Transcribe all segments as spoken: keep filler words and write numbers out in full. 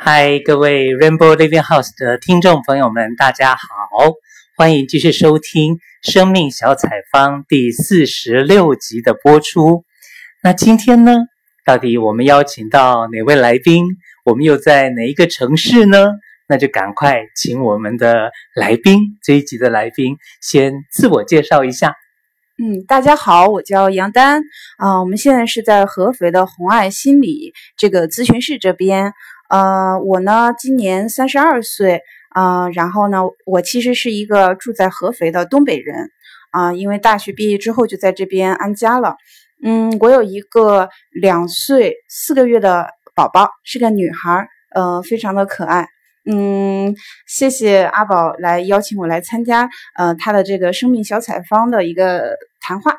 嗨，各位 Rainbow Living House 的听众朋友们，大家好，欢迎继续收听《生命小采芳》第四十六集的播出。那今天呢，到底我们邀请到哪位来宾？我们又在哪一个城市呢？那就赶快请我们的来宾，这一集的来宾先自我介绍一下。 嗯，大家好，我叫杨丹啊、呃，我们现在是在合肥的红爱心理这个咨询室这边。呃，我呢今年三十二岁，呃，然后呢，我其实是一个住在合肥的东北人啊、呃，因为大学毕业之后就在这边安家了。嗯，我有一个两岁四个月的宝宝，是个女孩，呃，非常的可爱。嗯，谢谢阿宝来邀请我来参加呃他的这个生命小采芳的一个谈话。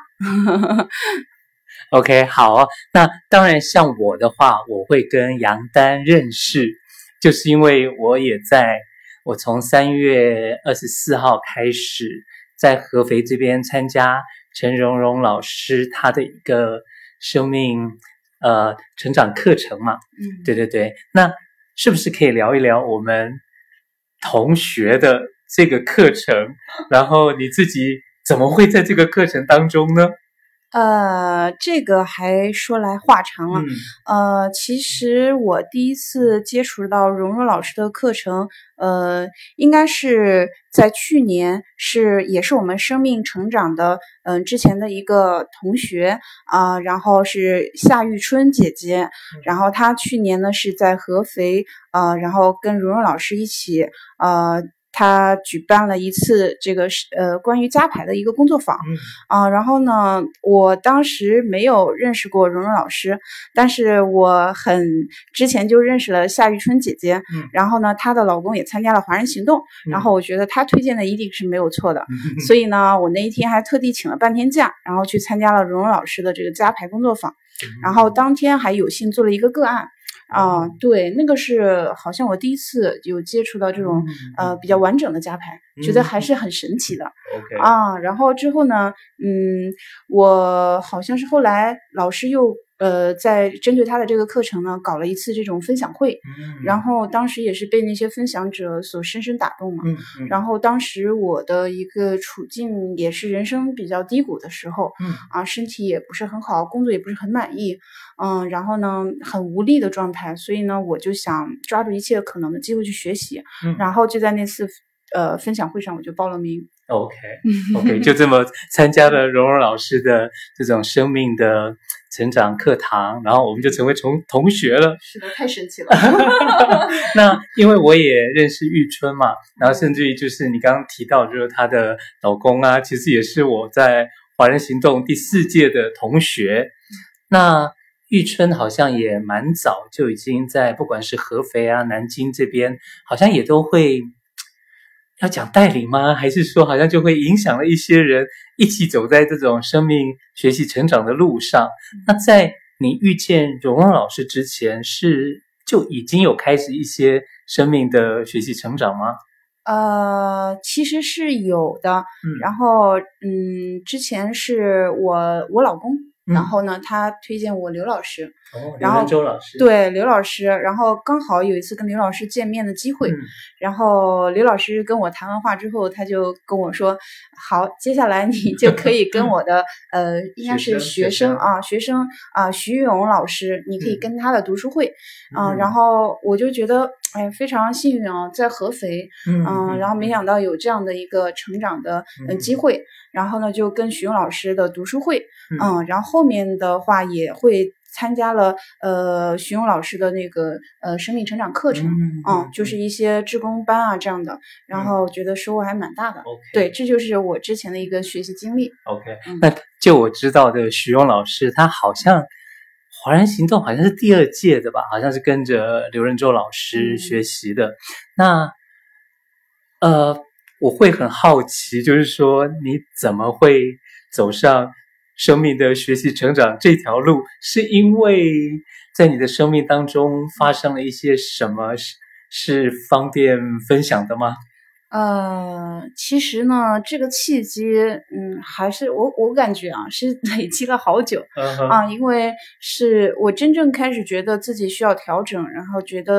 OK， 好，那当然像我的话，我会跟杨丹认识，就是因为我也在，我从三月二十四号开始在合肥这边参加陈蓉蓉老师他的一个生命呃成长课程嘛，嗯，对对对，那是不是可以聊一聊我们同学的这个课程，然后你自己怎么会在这个课程当中呢？ 呃，这个还说来话长了。嗯、呃，其实我第一次接触到蓉蓉老师的课程，呃，应该是在去年，是也是我们生命成长的，嗯、呃，之前的一个同学啊、呃，然后是夏玉春姐姐，然后她去年呢是在合肥，呃，然后跟蓉蓉老师一起，呃。他举办了一次这个呃关于家排的一个工作坊，啊、呃，然后呢，我当时没有认识过蓉蓉老师，但是我很之前就认识了夏玉春姐姐，嗯、然后呢，她的老公也参加了华人行动，嗯、然后我觉得她推荐的一定是没有错的，嗯、所以呢，我那一天还特地请了半天假，然后去参加了蓉蓉老师的这个家排工作坊，嗯、然后当天还有幸做了一个个案。啊、呃，对，那个是好像我第一次有接触到这种、嗯、呃比较完整的家排，嗯、觉得还是很神奇的。 OK 啊，然后之后呢，嗯，我好像是后来老师又呃在针对他的这个课程呢搞了一次这种分享会，嗯、然后当时也是被那些分享者所深深打动嘛。嗯嗯、然后当时我的一个处境也是人生比较低谷的时候，嗯、啊，身体也不是很好，工作也不是很满意。嗯，然后呢，很无力的状态，所以呢，我就想抓住一切可能的机会去学习，嗯、然后就在那次呃分享会上，我就报了名。 OK OK， 就这么参加了蓉蓉老师的这种生命的成长课堂，然后我们就成为同同学了。 是的，太神奇了。 那因为我也认识玉春嘛，然后甚至于就是你刚刚提到，就是她的老公啊，其实也是我在华人行动第四届的同学。那玉春好像也蛮早就已经在不管是合肥啊、南京这边，好像也都会要讲带领吗？还是说好像就会影响了一些人一起走在这种生命学习成长的路上？那在你遇见蓉蓉老师之前，是就已经有开始一些生命的学习成长吗？ 呃，其实是有的。嗯、然后，嗯，之前是我我老公。然后呢，他推荐我刘老师， 哦， 然后刘周老师， 对刘老师，然后刚好有一次跟刘老师见面的机会，嗯、然后刘老师跟我谈完话之后，他就跟我说，好，接下来你就可以跟我的呃，应该是学生啊，学生啊，徐勇老师，你可以跟他的读书会，嗯、呃，然后我就觉得，哎，非常幸运啊，在合肥，嗯、呃，然后没想到有这样的一个成长的呃机会。然后呢，就跟徐勇老师的读书会，嗯，然后后面的话也会参加了呃徐勇老师的那个呃生命成长课程，嗯，嗯就是一些志工班啊这样的，然后觉得收获还蛮大的。 Okay. 对，这就是我之前的一个学习经历。 OK，嗯、那就我知道的徐勇老师，他好像华人行动好像是第二届的吧，好像是跟着刘仁洲老师学习的。嗯、那呃。我会很好奇，就是说你怎么会走上生命的学习成长这条路？是因为在你的生命当中发生了一些什么，是是方便分享的吗？ 呃，其实呢，这个契机，嗯，还是我我感觉啊，是累积了好久、uh huh. 啊，因为是我真正开始觉得自己需要调整，然后觉得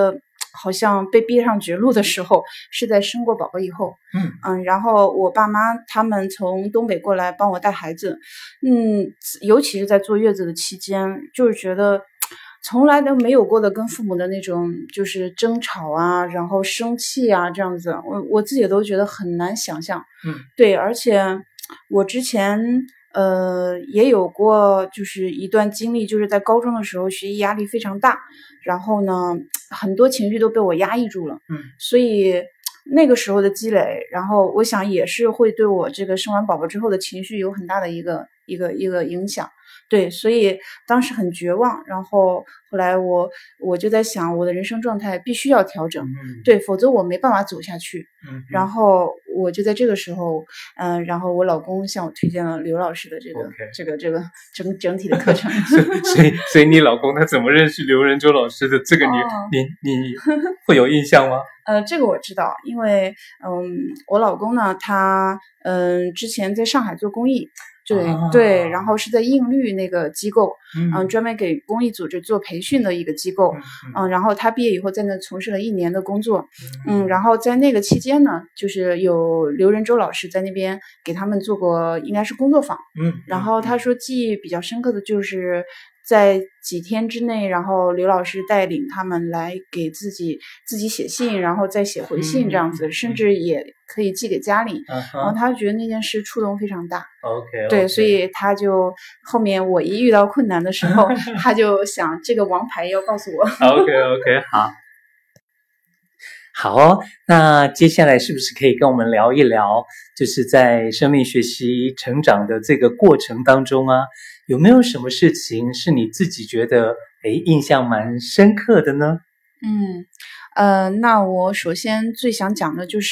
好像被逼上绝路的时候，是在生过宝宝以后。 嗯嗯，然后我爸妈他们从东北过来帮我带孩子，嗯，尤其是在坐月子的期间，就是觉得从来都没有过的跟父母的那种就是争吵啊，然后生气啊这样子，我我自己都觉得很难想象。 嗯， 对，而且我之前呃也有过就是一段经历，就是在高中的时候学习压力非常大，然后呢很多情绪都被我压抑住了。 嗯， 所以那个时候的积累，然后我想也是会对我这个生完宝宝之后的情绪有很大的一个一个一个影响。对，所以当时很绝望，然后后来我我就在想，我的人生状态必须要调整， 嗯对，否则我没办法走下去。 嗯， 然后我就在这个时候，嗯、呃，然后我老公向我推荐了刘老师的这个 Okay. 这个这个整整体的课程。 所以所以你老公他怎么认识刘仁洲老师的？这个你、 哦、 你你会有印象吗？ 呃，这个我知道，因为嗯，我老公呢，他嗯之前在上海做公益。对、啊、对，然后是在映绿那个机构，嗯、呃，专门给公益组织做培训的一个机构，嗯、呃，然后他毕业以后在那从事了一年的工作，嗯，然后在那个期间呢，就是有刘仁洲老师在那边给他们做过应该是工作坊， 嗯， 然后他说记忆比较深刻的就是在几天之内，然后刘老师带领他们来给自己自己写信，然后再写回信这样子，嗯、甚至也可以寄给家里，嗯、然后他觉得那件事触动非常大。 OK， 对，所以他就后面我一遇到困难的时候，他就想这个王牌要告诉我。 OK OK， 好，好哦。那接下来是不是可以跟我们聊一聊，就是在生命学习成长的这个过程当中啊，有没有什么事情是你自己觉得诶印象蛮深刻的呢？ 嗯。呃，那我首先最想讲的就是，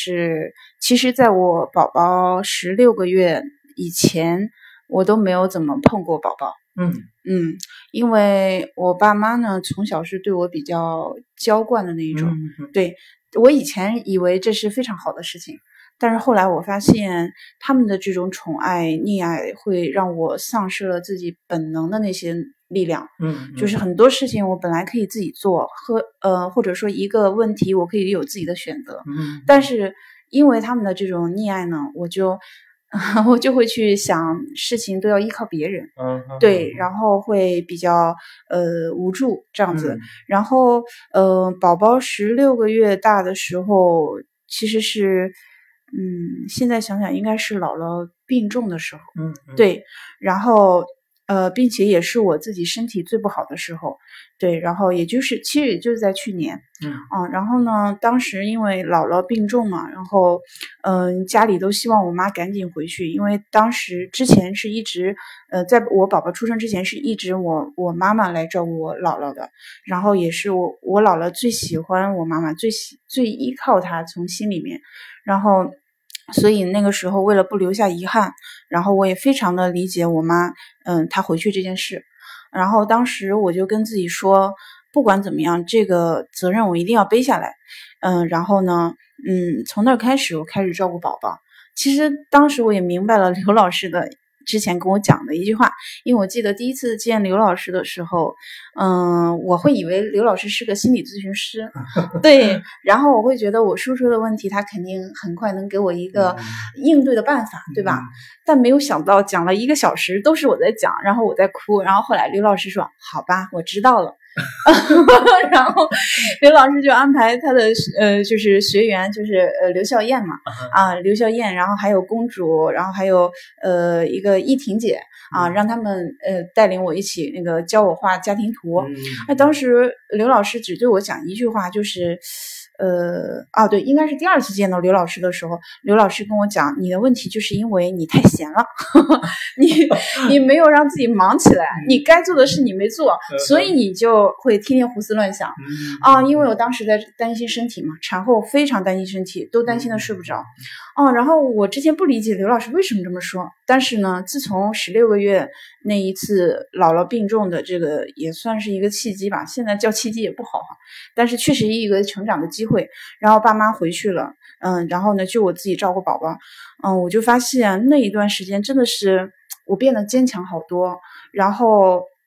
其实在我宝宝十六个月以前，我都没有怎么碰过宝宝。 嗯嗯，因为我爸妈呢，从小是对我比较娇惯的那一种。 嗯、 对，我以前以为这是非常好的事情，但是后来我发现他们的这种宠爱、溺爱会让我丧失了自己本能的那些力量。 嗯， 就是很多事情我本来可以自己做，和呃或者说一个问题我可以有自己的选择， 嗯， 但是因为他们的这种溺爱呢，我就我就会去想事情都要依靠别人， 嗯， 对，然后会比较呃无助这样子。 嗯、 然后呃宝宝十六个月大的时候，其实是嗯现在想想应该是姥姥病重的时候， 嗯，嗯对，然后。呃，并且也是我自己身体最不好的时候，对，然后也就是其实也就是在去年， 嗯啊，然后呢，当时因为姥姥病重嘛，然后嗯、呃，家里都希望我妈赶紧回去，因为当时之前是一直呃，在我宝宝出生之前是一直我我妈妈来照顾我姥姥的，然后也是我我姥姥最喜欢我妈妈，最喜最依靠她从心里面，然后。所以那个时候为了不留下遗憾，然后我也非常的理解我妈，嗯，她回去这件事。然后当时我就跟自己说，不管怎么样，这个责任我一定要背下来。嗯，然后呢，嗯，从那开始我开始照顾宝宝。其实当时我也明白了刘老师的之前跟我讲的一句话，因为我记得第一次见刘老师的时候，嗯，我会以为刘老师是个心理咨询师，对，然后我会觉得我说出的问题，他肯定很快能给我一个应对的办法，对吧？但没有想到讲了一个小时都是我在讲，然后我在哭，然后后来刘老师说：“好吧，我知道了。”然后刘老师就安排他的呃，就是学员，就是呃刘笑燕嘛，啊，刘笑燕，然后还有公主，然后还有呃一个依婷姐啊，让他们呃带领我一起那个教我画家庭图。那、嗯、当时刘老师只对我讲一句话，就是。呃啊，对，应该是第二次见到刘老师的时候，刘老师跟我讲，你的问题就是因为你太闲了，你你没有让自己忙起来，你该做的事你没做，所以你就会天天胡思乱想啊。因为我当时在担心身体嘛，产后非常担心身体，都担心的睡不着。哦，然后我之前不理解刘老师为什么这么说，但是呢，自从十六个月那一次姥姥病重的这个也算是一个契机吧，现在叫契机也不好哈，但是确实一个成长的机会。然后爸妈回去了，嗯，然后呢，就我自己照顾宝宝，嗯，我就发现那一段时间真的是我变得坚强好多，然后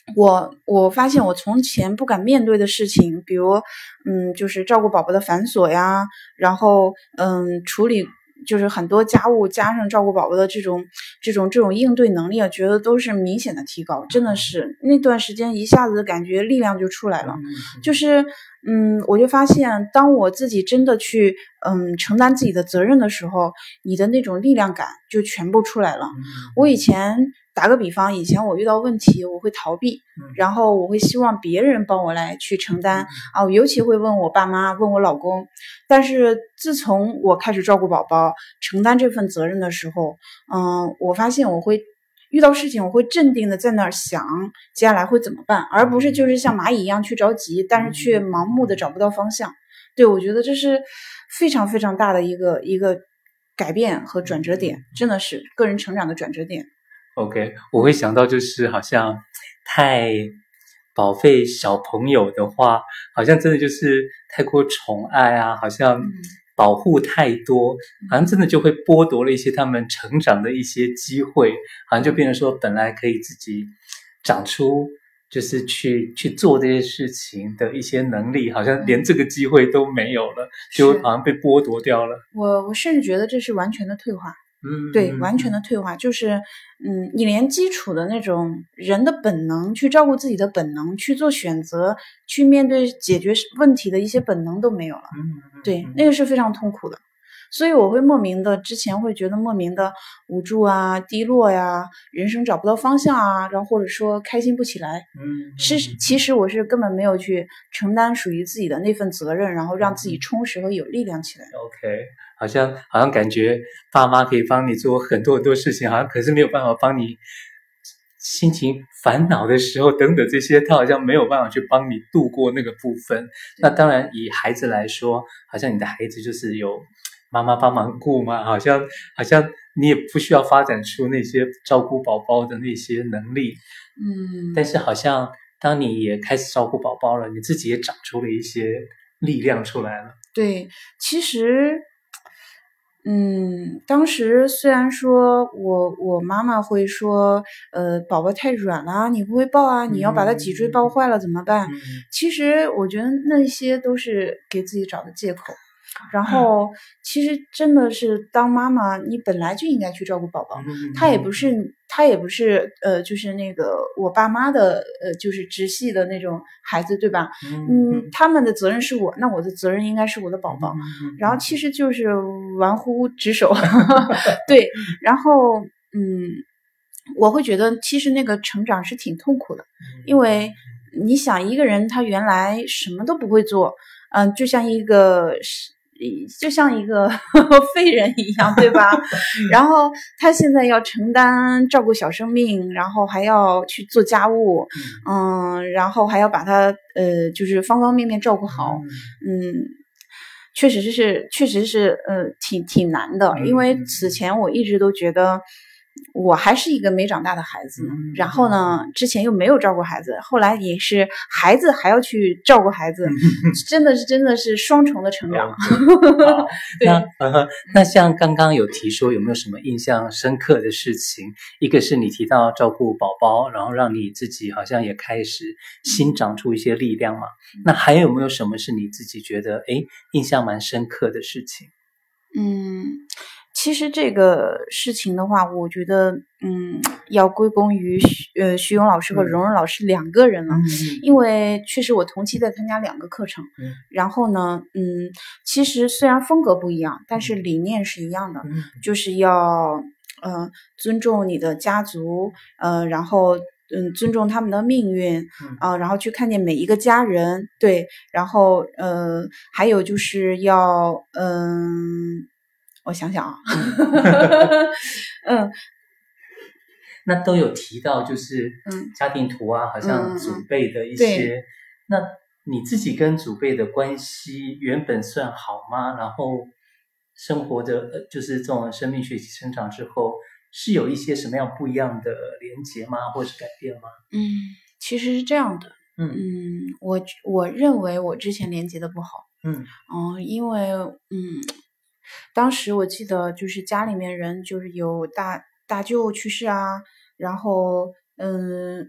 我我发现我从前不敢面对的事情，比如嗯，就是照顾宝宝的繁琐呀，然后嗯，处理就是很多家务，加上照顾宝宝的这种这种这种应对能力啊，觉得都是明显的提高。真的是那段时间一下子感觉力量就出来了，就是嗯，我就发现当我自己真的去嗯承担自己的责任的时候，你的那种力量感就全部出来了。我以前打个比方，以前我遇到问题我会逃避，然后我会希望别人帮我来去承担啊，我尤其会问我爸妈，问我老公。但是自从我开始照顾宝宝，承担这份责任的时候，嗯，我发现我会遇到事情，我会镇定的在那儿想接下来会怎么办，而不是就是像蚂蚁一样去着急，但是却盲目的找不到方向。对，我觉得这是非常非常大的一个一个改变和转折点，真的是个人成长的转折点。 OK， 我会想到就是好像太宝贝小朋友的话，好像真的就是太过宠爱啊，好像保护太多，好像真的就会剥夺了一些他们成长的一些机会，好像就变成说本来可以自己长出就是去去做这些事情的一些能力，好像连这个机会都没有了，就好像被剥夺掉了。 我我甚至觉得这是完全的退化。嗯，对，完全的退化，就是嗯，你连基础的那种人的本能，去照顾自己的本能，去做选择，去面对解决问题的一些本能都没有了。对，那个是非常痛苦的。所以我会莫名的，之前会觉得莫名的无助啊、低落呀，人生找不到方向啊，然后或者说开心不起来。嗯，是其实我是根本没有去承担属于自己的那份责任，然后让自己充实和有力量起来。 OK， 好像好像感觉爸妈可以帮你做很多很多事情，好像可是没有办法帮你心情烦恼的时候等等这些，他好像没有办法去帮你度过那个部分。那当然以孩子来说，好像你的孩子就是有妈妈帮忙顾嘛，好像好像你也不需要发展出那些照顾宝宝的那些能力。嗯，但是好像当你也开始照顾宝宝了，你自己也长出了一些力量出来了。 对，其实嗯，当时虽然说我我妈妈会说，呃，宝宝太软了，你不会抱啊，你要把他脊椎抱坏了怎么办？嗯、其实我觉得那些都是给自己找的借口。然后，其实真的是当妈妈，你本来就应该去照顾宝宝。他也不是，他也不是，呃，就是那个我爸妈的，呃，就是直系的那种孩子，对吧？嗯，他们的责任是我，那我的责任应该是我的宝宝。然后其实就是玩忽职守，对。然后，嗯，我会觉得其实那个成长是挺痛苦的，因为你想一个人他原来什么都不会做，嗯、呃，就像一个。就像一个废人一样，对吧？然后他现在要承担照顾小生命，然后还要去做家务，嗯，然后还要把他呃，就是方方面面照顾好，嗯，确实是，确实是，呃，挺挺难的。因为此前我一直都觉得。我还是一个没长大的孩子，嗯、然后呢，之前又没有照顾孩子，后来也是孩子还要去照顾孩子，真的是真的是双重的成长。 好那呃，那像刚刚有提说有没有什么印象深刻的事情？一个是你提到照顾宝宝，然后让你自己好像也开始新长出一些力量嘛。那还有没有什么是你自己觉得诶印象蛮深刻的事情？ 嗯。其实这个事情的话，我觉得，嗯，要归功于徐呃徐勇老师和蓉蓉老师两个人了，嗯、因为确实我同期在参加两个课程，嗯、然后呢，嗯，其实虽然风格不一样，但是理念是一样的，嗯、就是要呃尊重你的家族，呃，然后嗯尊重他们的命运啊、呃，然后去看见每一个家人，对，然后呃还有就是要嗯。我想想啊，嗯， 那都有提到就是家庭图啊，好像祖辈的一些，嗯、那你自己跟祖辈的关系原本算好吗？然后生活的就是这种生命学习成长之后，是有一些什么样不一样的连结吗，或是改变吗？ 嗯，其实是这样的，嗯嗯，我我认为我之前连接的不好，嗯嗯，因为嗯。当时我记得就是家里面人就是有大大舅去世啊，然后嗯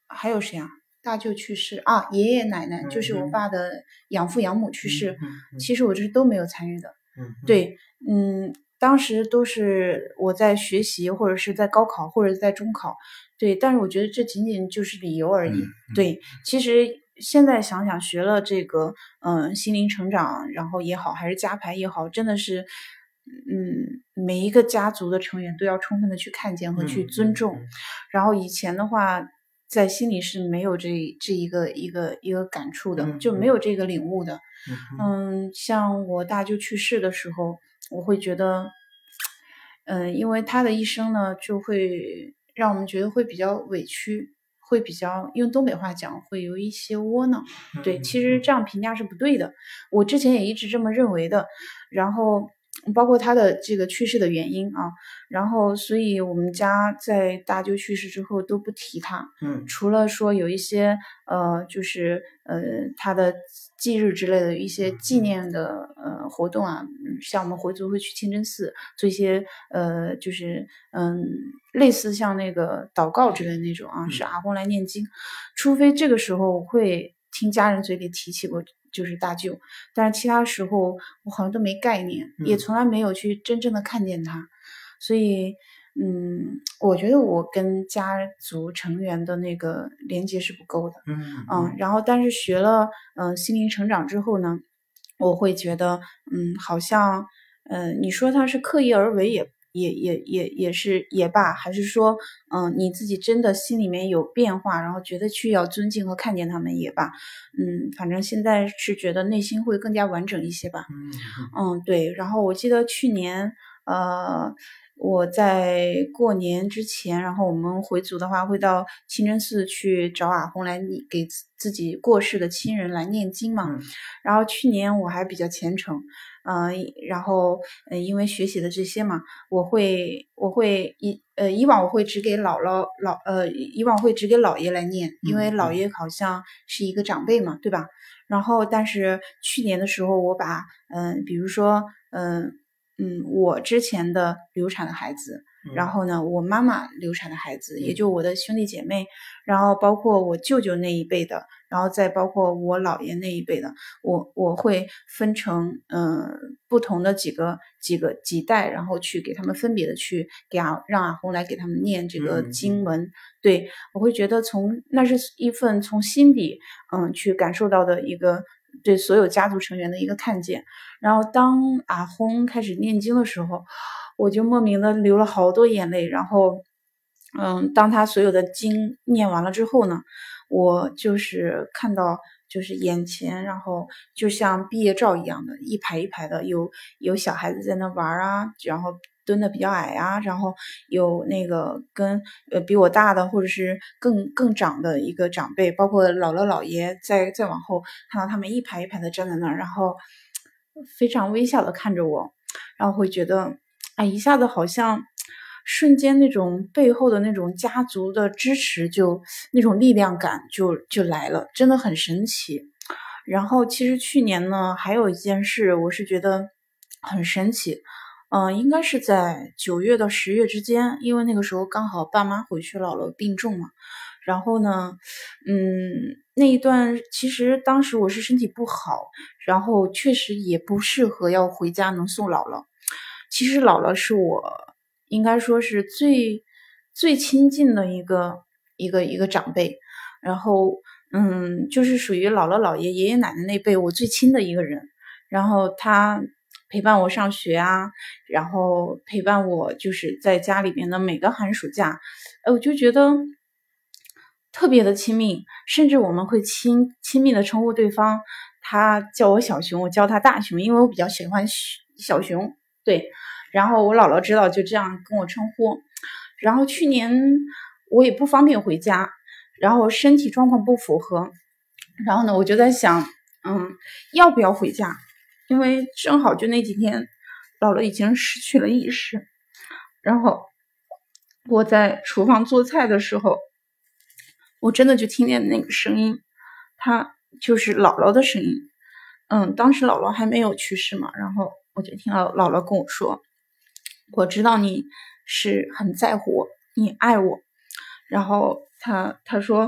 还有谁啊？大舅去世啊，爷爷奶奶就是我爸的养父养母去世， 嗯嗯、 其实我这是都没有参与的。 嗯、 对，嗯，当时都是我在学习，或者是在高考，或者在中考。对，但是我觉得这仅仅就是理由而已。 嗯嗯、 对，其实现在想想，学了这个，嗯，心灵成长，然后也好，还是家排也好，真的是，嗯，每一个家族的成员都要充分的去看见和去尊重。 嗯嗯嗯、 然后以前的话，在心里是没有这这一个一个一个感触的，就没有这个领悟的。嗯, 嗯，像我大舅去世的时候，我会觉得，嗯，因为他的一生呢，就会让我们觉得会比较委屈，会比较用东北话讲，会有一些窝囊。对，其实这样评价是不对的，我之前也一直这么认为的。然后包括他的这个去世的原因啊，然后所以我们家在大舅去世之后都不提他， 嗯， 除了说有一些呃，就是呃他的忌日之类的一些纪念的呃活动啊，像我们回族会去清真寺做一些呃，就是嗯类似像那个祷告之类的那种啊，是阿公来念经，除非这个时候我会听家人嘴里提起过。就是大舅，但是其他时候我好像都没概念， 嗯、 也从来没有去真正的看见他，所以，嗯，我觉得我跟家族成员的那个连接是不够的， 嗯嗯，然后但是学了嗯、呃、心灵成长之后呢，我会觉得，嗯，好像，嗯、呃，你说他是刻意而为也。也也也也是也罢，还是说，嗯，你自己真的心里面有变化，然后觉得去要尊敬和看见他们也罢，嗯，反正现在是觉得内心会更加完整一些吧。 嗯嗯，对。然后我记得去年，呃，我在过年之前，然后我们回族的话会到清真寺去找阿訇来给自己过世的亲人来念经嘛。 嗯、 然后去年我还比较虔诚。嗯、呃，然后呃，因为学习的这些嘛，我会我会以呃以往我会只给姥姥老呃以往会只给姥爷来念，因为姥爷好像是一个长辈嘛，对吧？然后但是去年的时候，我把嗯、呃，比如说嗯嗯我之前的流产的孩子，然后呢我妈妈流产的孩子，也就我的兄弟姐妹，然后包括我舅舅那一辈的。然后再包括我姥爷那一辈的，我我会分成嗯、呃、不同的几个几个几代，然后去给他们分别的去给阿让阿訇来给他们念这个经文。嗯、对，我会觉得从那是一份从心底嗯去感受到的一个对所有家族成员的一个看见。然后当阿訇开始念经的时候，我就莫名的流了好多眼泪。然后嗯，当他所有的经念完了之后呢，我就是看到，就是眼前，然后就像毕业照一样的，一排一排的，有有小孩子在那玩啊，然后蹲的比较矮啊，然后有那个跟呃比我大的或者是更更长的一个长辈，包括姥姥姥爷，再再往后看到他们一排一排的站在那儿，然后非常微笑的看着我，然后会觉得，哎，一下子好像。瞬间那种背后的那种家族的支持就那种力量感就就来了，真的很神奇。然后其实去年呢还有一件事我是觉得很神奇，嗯、呃，应该是在九月到十月之间，因为那个时候刚好爸妈回去姥姥病重嘛。然后呢，嗯，那一段其实当时我是身体不好，然后确实也不适合要回家能送姥姥。其实姥姥是我应该说是最最亲近的一个一个一个长辈，然后嗯，就是属于姥姥姥爷爷爷奶奶那辈我最亲的一个人。然后他陪伴我上学啊，然后陪伴我就是在家里边的每个寒暑假，哎，我就觉得特别的亲密，甚至我们会亲亲密的称呼对方，他叫我小熊，我叫他大熊，因为我比较喜欢小熊，对。然后我姥姥知道就这样跟我称呼。然后去年我也不方便回家，然后身体状况不符合，然后呢我就在想嗯，要不要回家，因为正好就那几天姥姥已经失去了意识。然后我在厨房做菜的时候，我真的就听见那个声音，它就是姥姥的声音。嗯，当时姥姥还没有去世嘛，然后我就听到姥姥跟我说，我知道你是很在乎我，你爱我。然后他他说，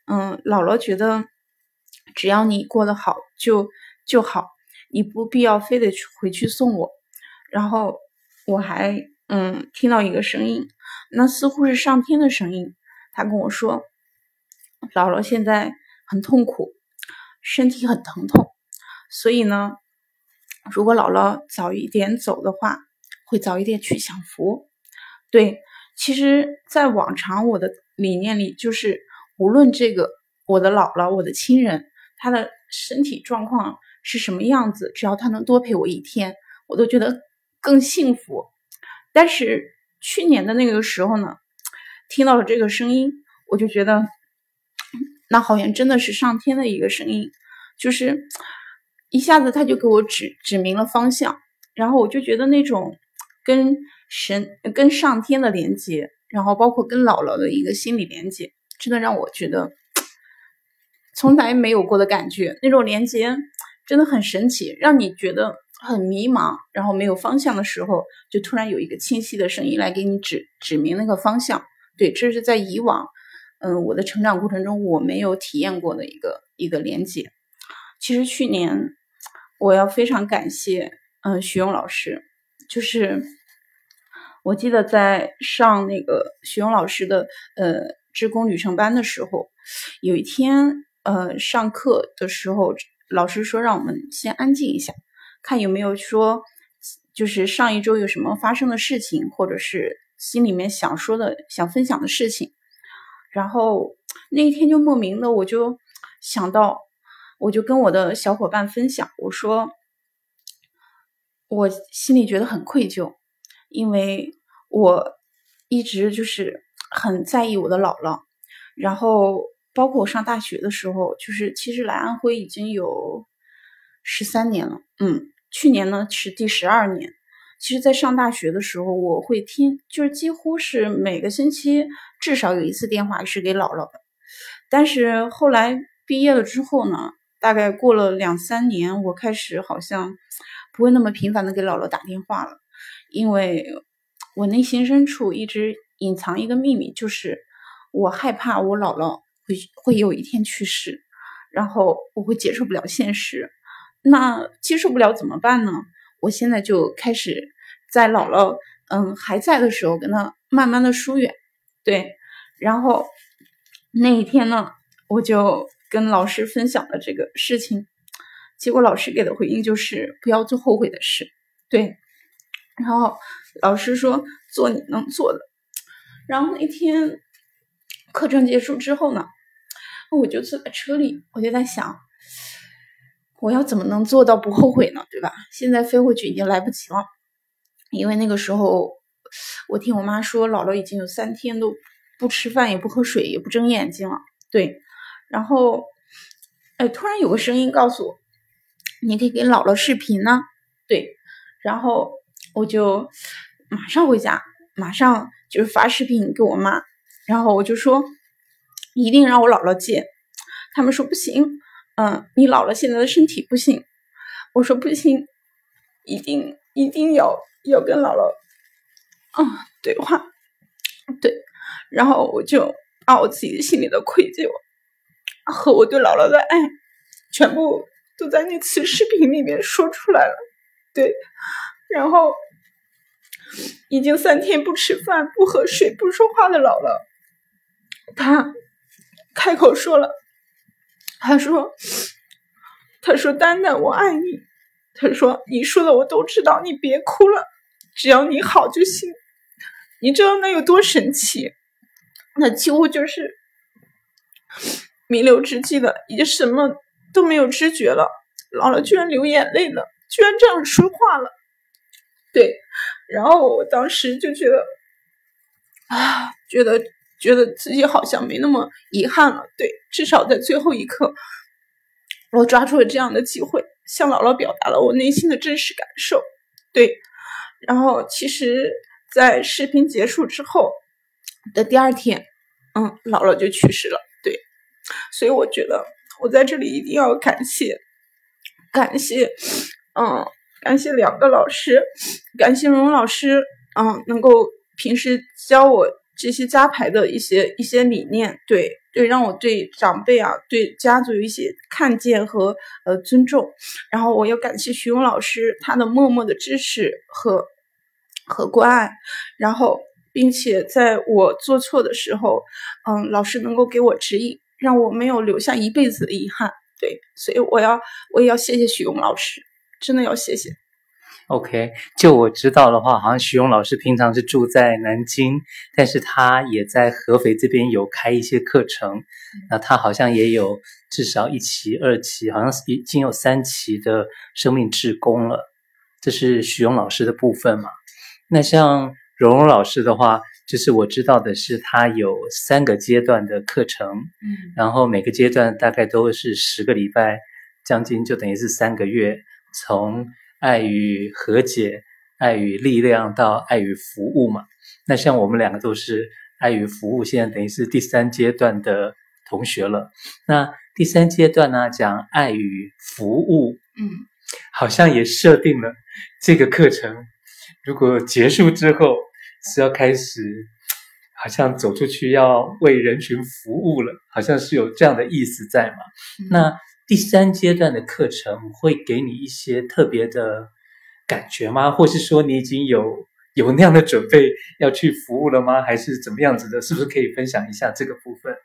嗯，姥姥觉得只要你过得好就就好，你不必要非得去回去送我。然后我还嗯听到一个声音，那似乎是上天的声音，他跟我说，姥姥现在很痛苦，身体很疼痛，所以呢，如果姥姥早一点走的话，会早一点去享福。对，其实在往常我的理念里，就是无论这个我的姥姥，我的亲人，他的身体状况是什么样子，只要他能多陪我一天，我都觉得更幸福。但是去年的那个时候呢，听到了这个声音，我就觉得那好像真的是上天的一个声音，就是一下子他就给我指指明了方向，然后我就觉得那种跟神跟上天的连接，然后包括跟姥姥的一个心理连接，真的让我觉得从来没有过的感觉，那种连接真的很神奇，让你觉得很迷茫，然后没有方向的时候，就突然有一个清晰的声音来给你指指明那个方向。对，这是在以往嗯我的成长过程中我没有体验过的一个一个连接。其实去年我要非常感谢嗯徐勇老师，就是我记得在上那个徐勇老师的呃志工旅程班的时候，有一天呃上课的时候，老师说让我们先安静一下，看有没有说就是上一周有什么发生的事情，或者是心里面想说的想分享的事情。然后那一天就莫名的我就想到，我就跟我的小伙伴分享，我说我心里觉得很愧疚，因为我一直就是很在意我的姥姥，然后包括我上大学的时候，就是其实来安徽已经有十三年了，嗯，去年呢是第十二年。其实在上大学的时候，我会听，就是几乎是每个星期至少有一次电话是给姥姥的。但是后来毕业了之后呢，大概过了两三年，我开始好像不会那么频繁的给姥姥打电话了，因为我内心深处一直隐藏一个秘密，就是我害怕我姥姥会会有一天去世，然后我会接受不了现实。那接受不了怎么办呢？我现在就开始在姥姥嗯还在的时候跟她慢慢的疏远。对，然后那一天呢，我就跟老师分享了这个事情，结果老师给的回应就是不要做后悔的事。对，然后老师说做你能做的。然后那天课程结束之后呢，我就坐在车里，我就在想，我要怎么能做到不后悔呢？对吧？现在飞回去已经来不及了，因为那个时候我听我妈说，姥姥已经有三天都不吃饭，也不喝水，也不睁眼睛了。对，然后哎，突然有个声音告诉我，你可以给姥姥视频呢。对，然后我就马上回家，马上就是发视频给我妈，然后我就说一定让我姥姥接。他们说不行，嗯，你姥姥现在的身体不行。我说不行，一定一定要要跟姥姥嗯对话。对，然后我就把我自己心里的愧疚和我对姥姥的爱全部都在那次视频里面说出来了。对，然后已经三天不吃饭不喝水不说话的姥姥，她开口说了，她说她说丹丹我爱你，她说你说的我都知道，你别哭了，只要你好就行。你知道那有多神奇？那几乎就是弥留之际的，已经什么都没有知觉了，姥姥居然流眼泪了，居然这样说话了。对，然后我当时就觉得啊，觉得觉得自己好像没那么遗憾了。对，至少在最后一刻我抓住了这样的机会，向姥姥表达了我内心的真实感受。对，然后其实在视频结束之后的第二天，嗯，姥姥就去世了。对，所以我觉得我在这里一定要感谢感谢嗯感谢两个老师，感谢荣老师嗯能够平时教我这些家排的一些一些理念。对， 对，让我对长辈啊，对家族有一些看见和呃尊重。然后我要感谢徐勇老师他的默默的支持和和关爱，然后并且在我做错的时候，嗯，老师能够给我指引，让我没有留下一辈子的遗憾。对，所以我要我也要谢谢徐勇老师，真的要谢谢。 OK， 就我知道的话，好像徐勇老师平常是住在南京，但是他也在合肥这边有开一些课程，那他好像也有至少一期、二期，好像已经有三期的生命志工了。这是徐勇老师的部分嘛？那像蓉蓉老师的话，就是我知道的是他有三个阶段的课程，嗯，然后每个阶段大概都是十个礼拜，将近就等于是三个月，从爱与和解、爱与力量到爱与服务嘛。那像我们两个都是爱与服务，现在等于是第三阶段的同学了。那第三阶段呢，讲爱与服务，嗯，好像也设定了这个课程，如果结束之后是要开始，好像走出去要为人群服务了，好像是有这样的意思在嘛。嗯、那第三阶段的课程会给你一些特别的感觉吗？或是说你已经有有那样的准备要去服务了吗？还是怎么样子的？是不是可以分享一下这个部分？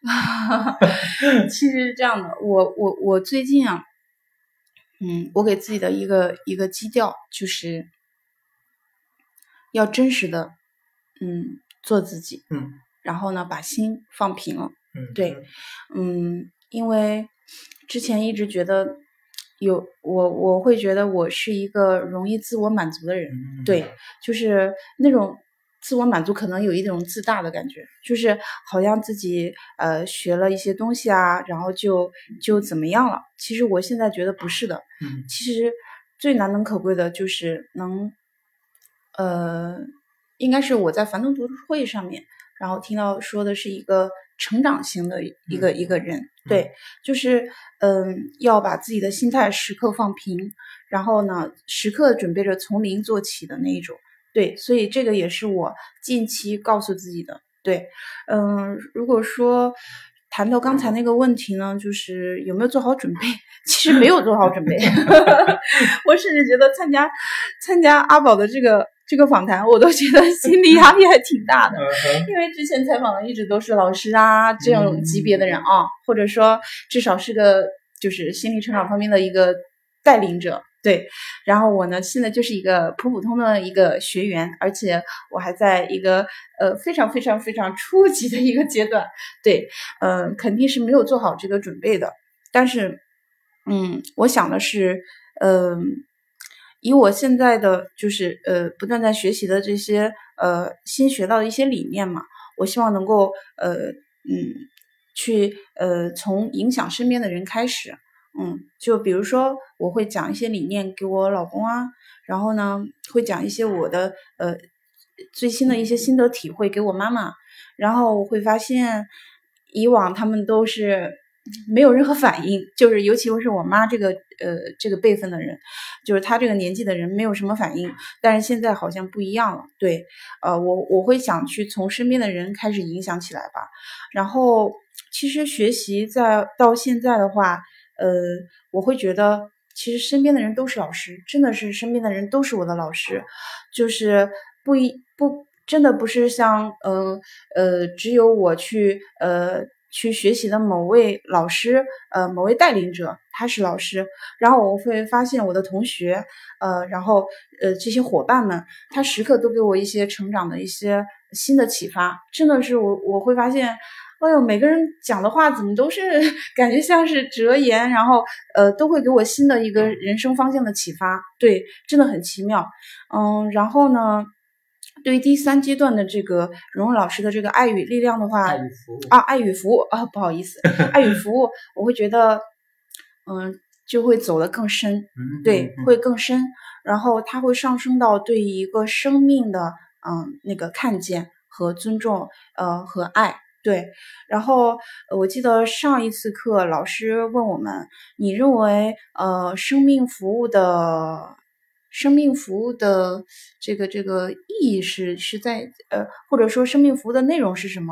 其实是这样的，我我我最近啊，嗯，我给自己的一个一个基调就是要真实的，嗯，做自己，嗯，然后呢，把心放平了，嗯，对，嗯，因为之前一直觉得有我我会觉得我是一个容易自我满足的人，嗯、对，就是那种自我满足可能有一种自大的感觉，就是好像自己呃学了一些东西啊，然后就就怎么样了。其实我现在觉得不是的，嗯，其实最难能可贵的就是能，呃，应该是我在樊登读书会上面，然后听到说的是一个成长型的一个、嗯、一个人，对，就是嗯，要把自己的心态时刻放平，然后呢，时刻准备着从零做起的那一种。对，所以这个也是我近期告诉自己的。对，嗯，如果说谈到刚才那个问题呢，就是有没有做好准备？其实没有做好准备。我甚至觉得参加参加阿宝的这个这个访谈，我都觉得心理压力还挺大的，因为之前采访的一直都是老师啊这种级别的人啊，或者说至少是个就是心理成长方面的一个带领者。对，然后我呢，现在就是一个普普通的一个学员，而且我还在一个呃非常非常非常初级的一个阶段，对，嗯、呃，肯定是没有做好这个准备的。但是，嗯，我想的是，嗯、呃，以我现在的就是呃不断在学习的这些呃新学到的一些理念嘛，我希望能够呃嗯去呃从影响身边的人开始。嗯，就比如说我会讲一些理念给我老公啊，然后呢会讲一些我的呃最新的一些心得体会给我妈妈，然后我会发现以往他们都是没有任何反应，就是尤其是我妈这个呃这个辈分的人，就是她这个年纪的人没有什么反应，但是现在好像不一样了。对，呃我我会想去从身边的人开始影响起来吧。然后其实学习在到现在的话，呃，我会觉得其实身边的人都是老师，真的是身边的人都是我的老师，就是不一不真的不是像嗯 呃, 呃只有我去呃去学习的某位老师呃某位带领者他是老师，然后我会发现我的同学呃然后呃这些伙伴们，他时刻都给我一些成长的一些新的启发，真的是我我会发现。哎呦，每个人讲的话怎么都是感觉像是哲言，然后呃都会给我新的一个人生方向的启发，对，真的很奇妙。嗯，然后呢，对于第三阶段的这个蓉蓉老师的这个爱与力量的话， 爱与服务啊，爱与服务啊，不好意思，爱与服务，我会觉得，嗯，就会走得更深， 嗯、 对，会更深，然后它会上升到对于一个生命的嗯那个看见和尊重，呃和爱。对，然后我记得上一次课老师问我们，你认为呃生命服务的生命服务的这个这个意义是是在呃或者说生命服务的内容是什么？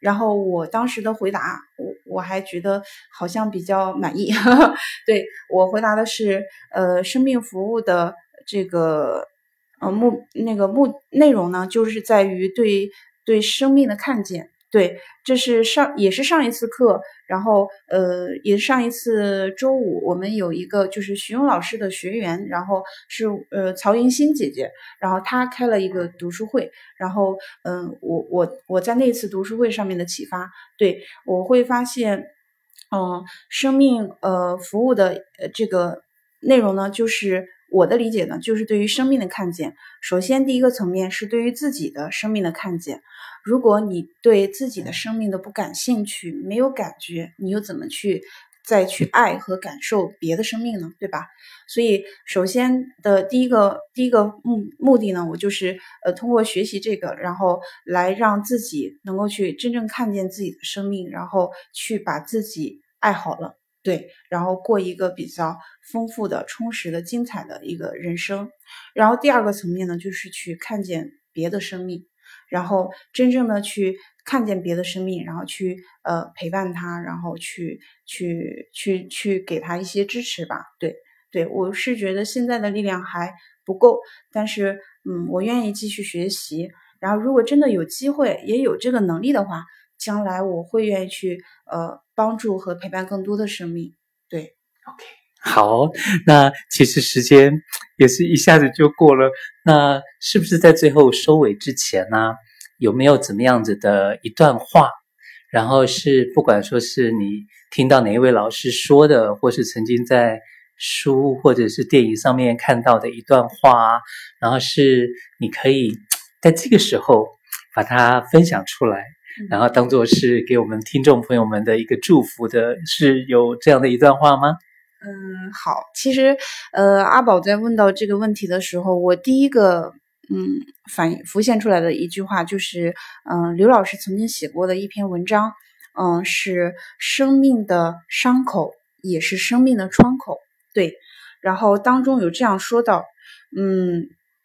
然后我当时的回答，我我还觉得好像比较满意。对，我回答的是，呃，生命服务的这个呃目那个目内容呢，就是在于对对生命的看见。对，这是上也是上一次课，然后呃也是上一次周五我们有一个就是徐勇老师的学员，然后是呃曹云欣姐姐，然后她开了一个读书会，然后嗯、呃、我我我在那次读书会上面的启发，对，我会发现，嗯、呃、生命呃服务的呃这个内容呢，就是我的理解呢，就是对于生命的看见。首先第一个层面是对于自己的生命的看见。如果你对自己的生命的不感兴趣，没有感觉，你又怎么去再去爱和感受别的生命呢？对吧？所以首先的第一个第一个目目的呢，我就是呃通过学习这个，然后来让自己能够去真正看见自己的生命，然后去把自己爱好了。对，然后过一个比较丰富的、充实的、精彩的一个人生。然后第二个层面呢，就是去看见别的生命。然后真正的去看见别的生命，然后去呃陪伴他，然后去去去去给他一些支持吧。对对，我是觉得现在的力量还不够，但是嗯，我愿意继续学习。然后如果真的有机会，也有这个能力的话，将来我会愿意去呃帮助和陪伴更多的生命。对 ，OK。好，那其实时间也是一下子就过了。那是不是在最后收尾之前呢，有没有怎么样子的一段话？然后是不管说是你听到哪一位老师说的，或是曾经在书或者是电影上面看到的一段话，然后是你可以在这个时候把它分享出来，然后当作是给我们听众朋友们的一个祝福的，是有这样的一段话吗？ 嗯，好，其实，呃，阿宝在问到这个问题的时候，我第一个，嗯，反浮现出来的一句话就是，嗯、呃，刘老师曾经写过的一篇文章，嗯、呃，是生命的伤口也是生命的窗口，对，然后当中有这样说到，嗯，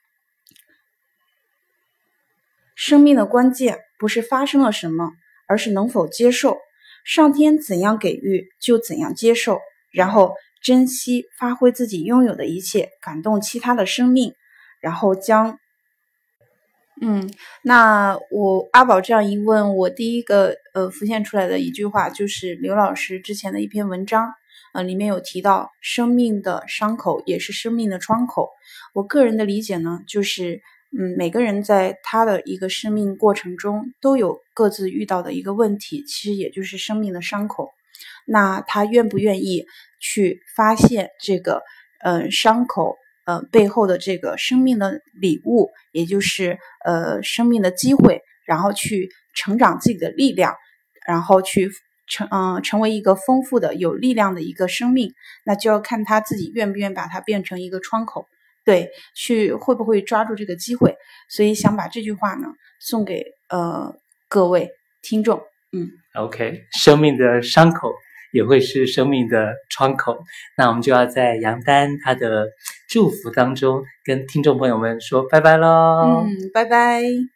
生命的关键不是发生了什么，而是能否接受，上天怎样给予就怎样接受，然后珍惜发挥自己拥有的一切，感动其他的生命，然后将嗯，那我阿宝这样一问，我第一个呃浮现出来的一句话就是刘老师之前的一篇文章，呃里面有提到生命的伤口也是生命的窗口。我个人的理解呢，就是嗯每个人在他的一个生命过程中都有各自遇到的一个问题，其实也就是生命的伤口。那他愿不愿意去发现这个呃伤口呃背后的这个生命的礼物，也就是呃生命的机会，然后去成长自己的力量，然后去成嗯、呃、成为一个丰富的有力量的一个生命，那就要看他自己愿不愿把它变成一个窗口，对，去会不会抓住这个机会。所以想把这句话呢送给呃各位听众。嗯 OK， 生命的伤口也会是生命的窗口。那我们就要在杨丹他的祝福当中跟听众朋友们说拜拜咯。 嗯，拜拜。